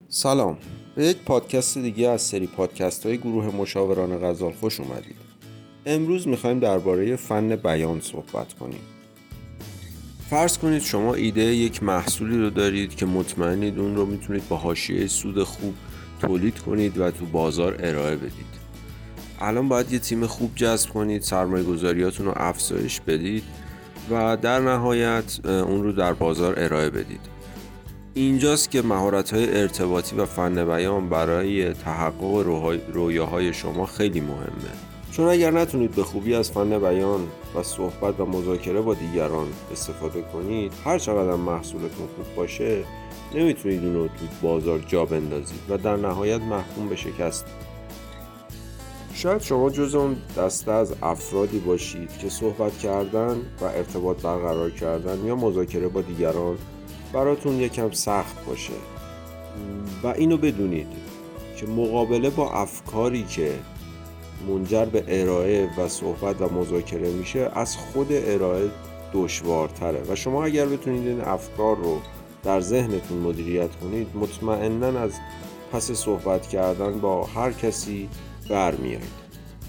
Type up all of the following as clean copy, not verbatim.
سلام، به یک پادکست دیگه از سری پادکست های گروه مشاوران غزال خوش اومدید. امروز میخوایم درباره فن بیان صحبت کنیم. فرض کنید شما ایده یک محصولی رو دارید که مطمئنید اون رو میتونید با حاشیه سود خوب تولید کنید و تو بازار ارائه بدید. الان باید یه تیم خوب جذب کنید، سرمایه گذاریاتون رو افزایش بدید و در نهایت اون رو در بازار ارائه بدید. اینجاست که مهارت‌های ارتباطی و فن بیان برای تحقق رویاهای شما خیلی مهمه. چون اگر نتونید به خوبی از فن بیان و صحبت و مذاکره با دیگران استفاده کنید، هر چقدر محصولتون خوب باشه، نمیتونید اون رو تو بازار جا بندازید و در نهایت محکوم به شکست. شاید شما جز اون دسته از افرادی باشید که صحبت کردن و ارتباط برقرار کردن یا مذاکره با دیگران براتون یکم سخت باشه و اینو بدونید که مقابله با افکاری که منجر به ارائه و صحبت و مذاکره میشه از خود ارائه دشوارتره و شما اگر بتونید این افکار رو در ذهنتون مدیریت کنید، مطمئناً از پس صحبت کردن با هر کسی برمیایید.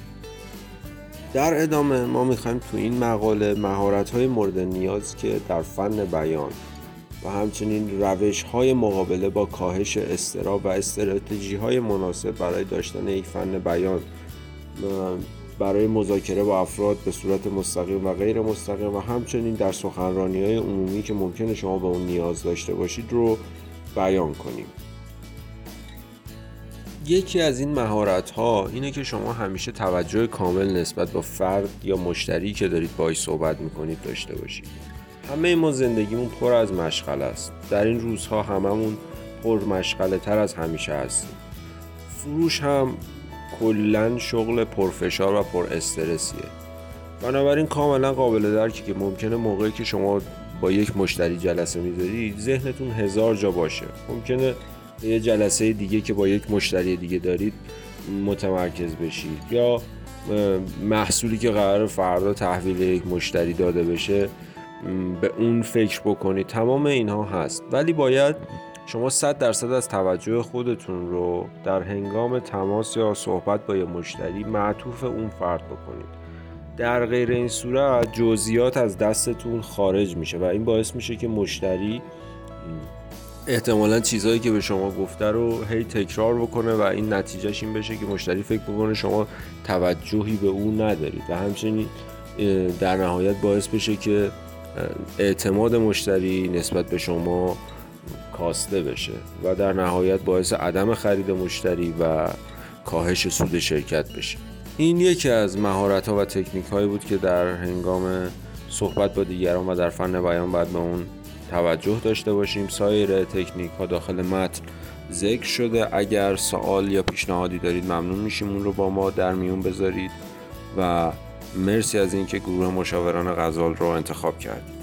در ادامه ما میخوایم تو این مقاله مهارت‌های مورد نیاز که در فن بیان و همچنین روش‌های مقابله با کاهش اضطراب و استراتژی‌های مناسب برای داشتن یک فن بیان برای مذاکره با افراد به صورت مستقیم و غیر مستقیم و همچنین در سخنرانی‌های عمومی که ممکنه شما به اون نیاز داشته باشید رو بیان کنیم. یکی از این مهارت‌ها اینه که شما همیشه توجه کامل نسبت به فرد یا مشتری که دارید باهاش صحبت می‌کنید داشته باشید. همه ما زندگیمون پر از مشغله است. در این روزها هممون پر مشغله تر از همیشه هستیم. فروش هم کلاً شغل پرفشار و پر استرسیه. بنابراین کاملا قابل درکه که ممکنه موقعی که شما با یک مشتری جلسه میذارید ذهنتون هزار جا باشه. ممکنه یه جلسه دیگه که با یک مشتری دیگه دارید متمرکز بشید یا محصولی که قرار فردا تحویل یک مشتری داده بشه به اون فکر بکنید. تمام اینها هست، ولی باید شما 100% از توجه خودتون رو در هنگام تماس یا صحبت با یه مشتری معطوف اون فرد بکنید. در غیر این صورت جزئیات از دستتون خارج میشه و این باعث میشه که مشتری احتمالاً چیزایی که به شما گفته رو هی تکرار بکنه و این نتیجهش این بشه که مشتری فکر بکنه شما توجهی به اون ندارید و همچنین در نهایت باعث بشه که اعتماد مشتری نسبت به شما کاسته بشه و در نهایت باعث عدم خرید مشتری و کاهش سود شرکت بشه. این یکی از مهارت‌ها و تکنیک‌هایی بود که در هنگام صحبت با دیگران و در فن بیان باید به اون توجه داشته باشیم. سایر تکنیک‌ها داخل متن ذکر شده. اگر سوال یا پیشنهادی دارید ممنون میشیم اون رو با ما در میون بذارید و مرسی از اینکه گروه مشاوران غزال رو انتخاب کردید.